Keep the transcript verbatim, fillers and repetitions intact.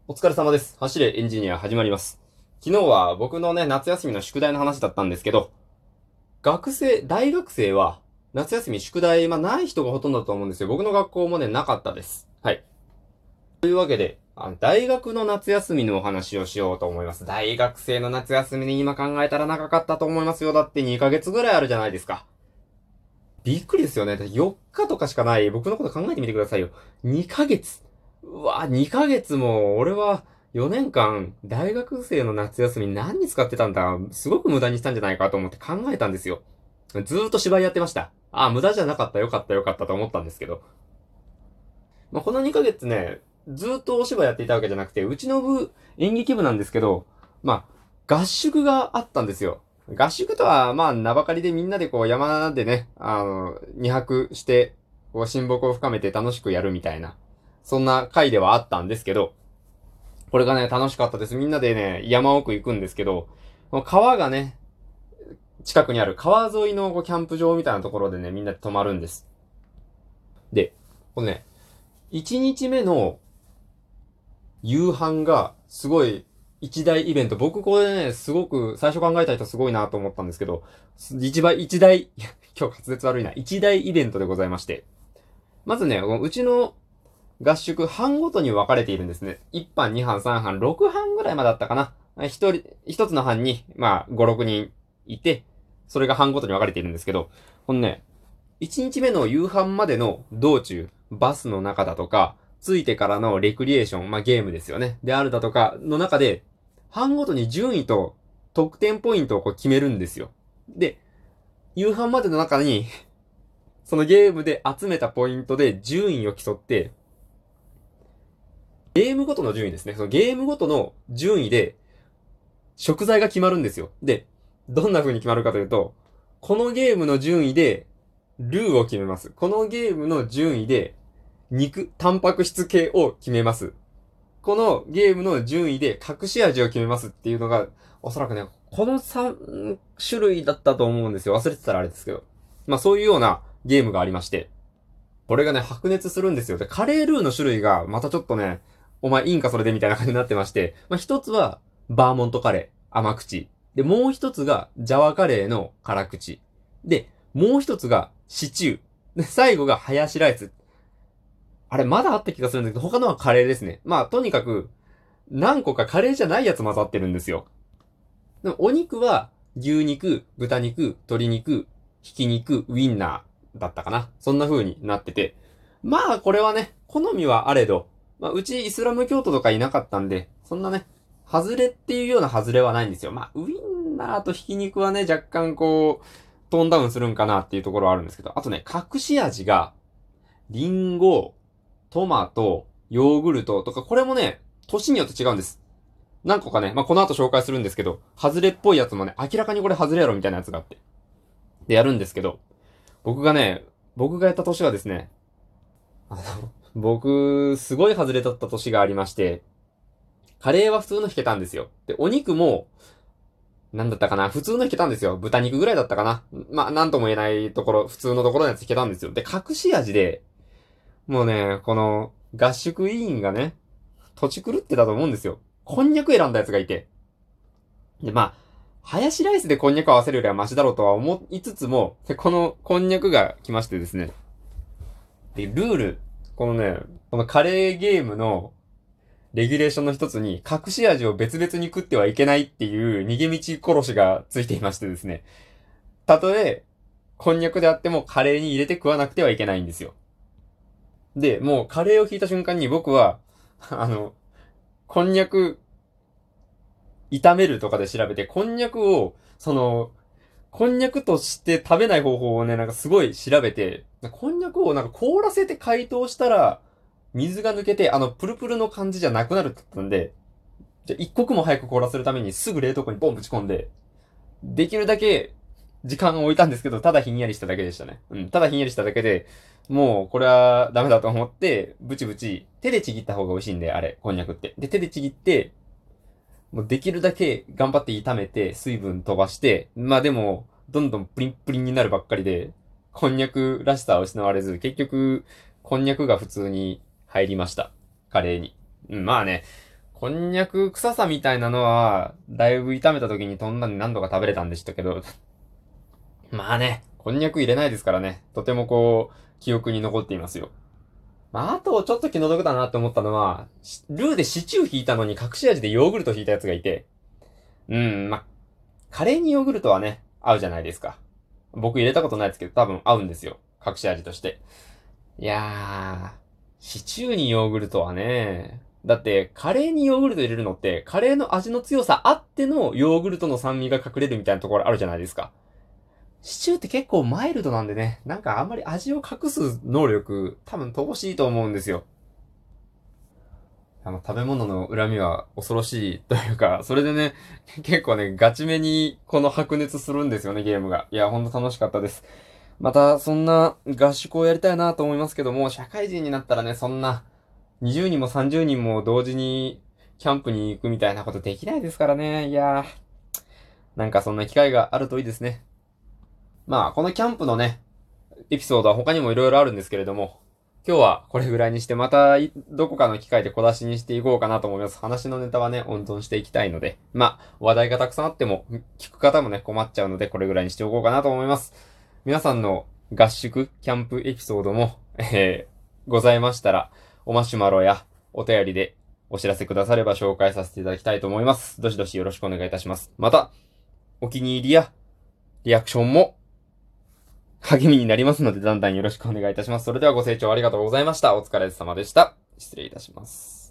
お疲れ様です。走れエンジニア始まります。昨日は僕のね、夏休みの宿題の話だったんですけど、学生、大学生は、夏休み宿題、まあない人がほとんどだと思うんですよ。僕の学校もね、なかったです。はい。というわけで、あの大学の夏休みのお話をしようと思います。大学生の夏休みに今考えたら長かったと思いますよ。だってにかげつぐらいあるじゃないですか。びっくりですよね。よっかとかしかない。僕のこと考えてみてくださいよ。にかげつ。うわ、にかげつも、俺はよねんかん、大学生の夏休み何に使ってたんだ。すごく無駄にしたんじゃないかと思って考えたんですよ。ずーっと芝居やってました。あ、無駄じゃなかった、よかった、よかったと思ったんですけど。まあ、このにかげつね、ずーっとお芝居やっていたわけじゃなくて、うちの部、演劇部なんですけど、まあ、合宿があったんですよ。合宿とは、まあ、名ばかりでみんなでこう山でね、あの、に泊して、こう親睦を深めて楽しくやるみたいな、そんな回ではあったんですけど、これがね、楽しかったです。みんなでね、山奥行くんですけど、この川がね、近くにある川沿いのこうキャンプ場みたいなところでね、みんなで泊まるんです。で、このね、いちにちめの夕飯がすごい一大イベント。僕これね、すごく最初考えた人すごいなと思ったんですけど、一番、一大、今日滑舌悪いな。一大イベントでございまして。まずね、うちの合宿、班ごとに分かれているんですね。いち班、に班、さん班、ろく班ぐらいまでだったかな。一人、一つの班に、まあ、ご、ろくにんいて、それが班ごとに分かれているんですけど、このね、いちにちめの夕飯までの道中、バスの中だとか、ついてからのレクリエーション、まあ、ゲームですよね。であるだとかの中で、班ごとに順位と得点ポイントをこう決めるんですよ。で、夕飯までの中に、そのゲームで集めたポイントで順位を競って、ゲームごとの順位ですね。そのゲームごとの順位で食材が決まるんですよ。で、どんな風に決まるかというと、このゲームの順位でルーを決めます。このゲームの順位で肉、タンパク質系を決めます。このゲームの順位で隠し味を決めますっていうのが、おそらくね、このさん種類だったと思うんですよ。忘れてたらあれですけど。まあそういうようなゲームがありまして、これがね、白熱するんですよ。で、カレールーの種類が、またちょっとね、お前いいんかそれでみたいな感じになってまして、まあ一つは、バーモントカレー、甘口。で、もう一つが、ジャワカレーの辛口。で、もう一つが、シチュー。で、最後が、ハヤシライス。あれ、まだあった気がするんだけど、他のはカレーですね。まあ、とにかく、何個かカレーじゃないやつ混ざってるんですよ。でも、お肉は、牛肉、豚肉、鶏肉、ひき肉、ウインナーだったかな。そんな風になってて。まあ、これはね、好みはあれど、まあ、うちイスラム教徒とかいなかったんで、そんなね、外れっていうような外れはないんですよ。まあ、ウインナーとひき肉はね、若干こう、トーンダウンするんかなっていうところはあるんですけど、あとね、隠し味が、リンゴ、トマト、ヨーグルトとか、これもね、年によって違うんです。何個かね、まあ、この後紹介するんですけど、外れっぽいやつもね、明らかにこれ外れやろみたいなやつがあって。で、やるんですけど、僕がね、僕がやった年はですね、あの、僕、すごい外れだった年がありまして、カレーは普通の引けたんですよ。で、お肉も、なんだったかな普通の引けたんですよ。豚肉ぐらいだったかなまあ、なんとも言えないところ、普通のところのやつ引けたんですよ。で、隠し味で、もうね、この、合宿委員がね、土地狂ってたと思うんですよ。こんにゃく選んだやつがいて。で、まあ、ハヤシライスでこんにゃく合わせるよりはマシだろうとは思いつつも、でこのこんにゃくが来ましてですね。で、ルール、このね、このカレーゲームのレギュレーションの一つに、隠し味を別々に食ってはいけないっていう逃げ道殺しがついていましてですね。たとえ、こんにゃくであってもカレーに入れて食わなくてはいけないんですよ。で、もうカレーを引いた瞬間に僕は、あの、こんにゃく炒めるとかで調べて、こんにゃくを、その、こんにゃくとして食べない方法をね、なんかすごい調べて、こんにゃくをなんか凍らせて解凍したら、水が抜けて、あの、プルプルの感じじゃなくなるって言ったんで、じゃ、一刻も早く凍らせるためにすぐ冷凍庫にボンぶち込んで、できるだけ時間を置いたんですけど、ただひんやりしただけでしたね。うん、ただひんやりしただけで、もうこれはダメだと思って、ブチブチ、手でちぎった方が美味しいんで、あれ、こんにゃくって。で、手でちぎって、もうできるだけ頑張って炒めて、水分飛ばして、まあでも、どんどんプリンプリンになるばっかりで、こんにゃくらしさは失われず、結局、こんにゃくが普通に入りました。カレーに。うん、まあね、 こんにゃく臭さみたいなのは、だいぶ炒めた時に飛んだんで何度か食べれたんでしたけど、まあね、こんにゃく入れないですからね、とてもこう、記憶に残っていますよ。まあ、あと、ちょっと気の毒だなって思ったのは、ルーでシチュー引いたのに隠し味でヨーグルト引いたやつがいて、うん、まあ、カレーにヨーグルトはね、合うじゃないですか。僕入れたことないですけど、多分合うんですよ。隠し味として。いやー、シチューにヨーグルトはね、だって、カレーにヨーグルト入れるのって、カレーの味の強さあってのヨーグルトの酸味が隠れるみたいなところあるじゃないですか。シチューって結構マイルドなんでね、なんかあんまり味を隠す能力、多分乏しいと思うんですよ。あの、食べ物の恨みは恐ろしいというか、それでね、結構ね、ガチめにこの白熱するんですよね、ゲームが。いや、ほんと楽しかったです。また、そんな合宿をやりたいなと思いますけども、社会人になったらね、そんな、にじゅうにんもさんじゅうにんも同時に、キャンプに行くみたいなことできないですからね。いやー、なんかそんな機会があるといいですね。まあ、このキャンプのね、エピソードは他にも色々あるんですけれども、今日はこれぐらいにして、またどこかの機会で小出しにしていこうかなと思います。話のネタはね、温存していきたいので、まあ、話題がたくさんあっても、聞く方もね、困っちゃうので、これぐらいにしておこうかなと思います。皆さんの合宿、キャンプエピソードも、えー、ございましたら、おマシュマロやお便りでお知らせくだされば紹介させていただきたいと思います。どしどしよろしくお願いいたします。また、お気に入りやリアクションも励みになりますので、だんだんよろしくお願いいたします。それではご清聴ありがとうございました。お疲れ様でした。失礼いたします。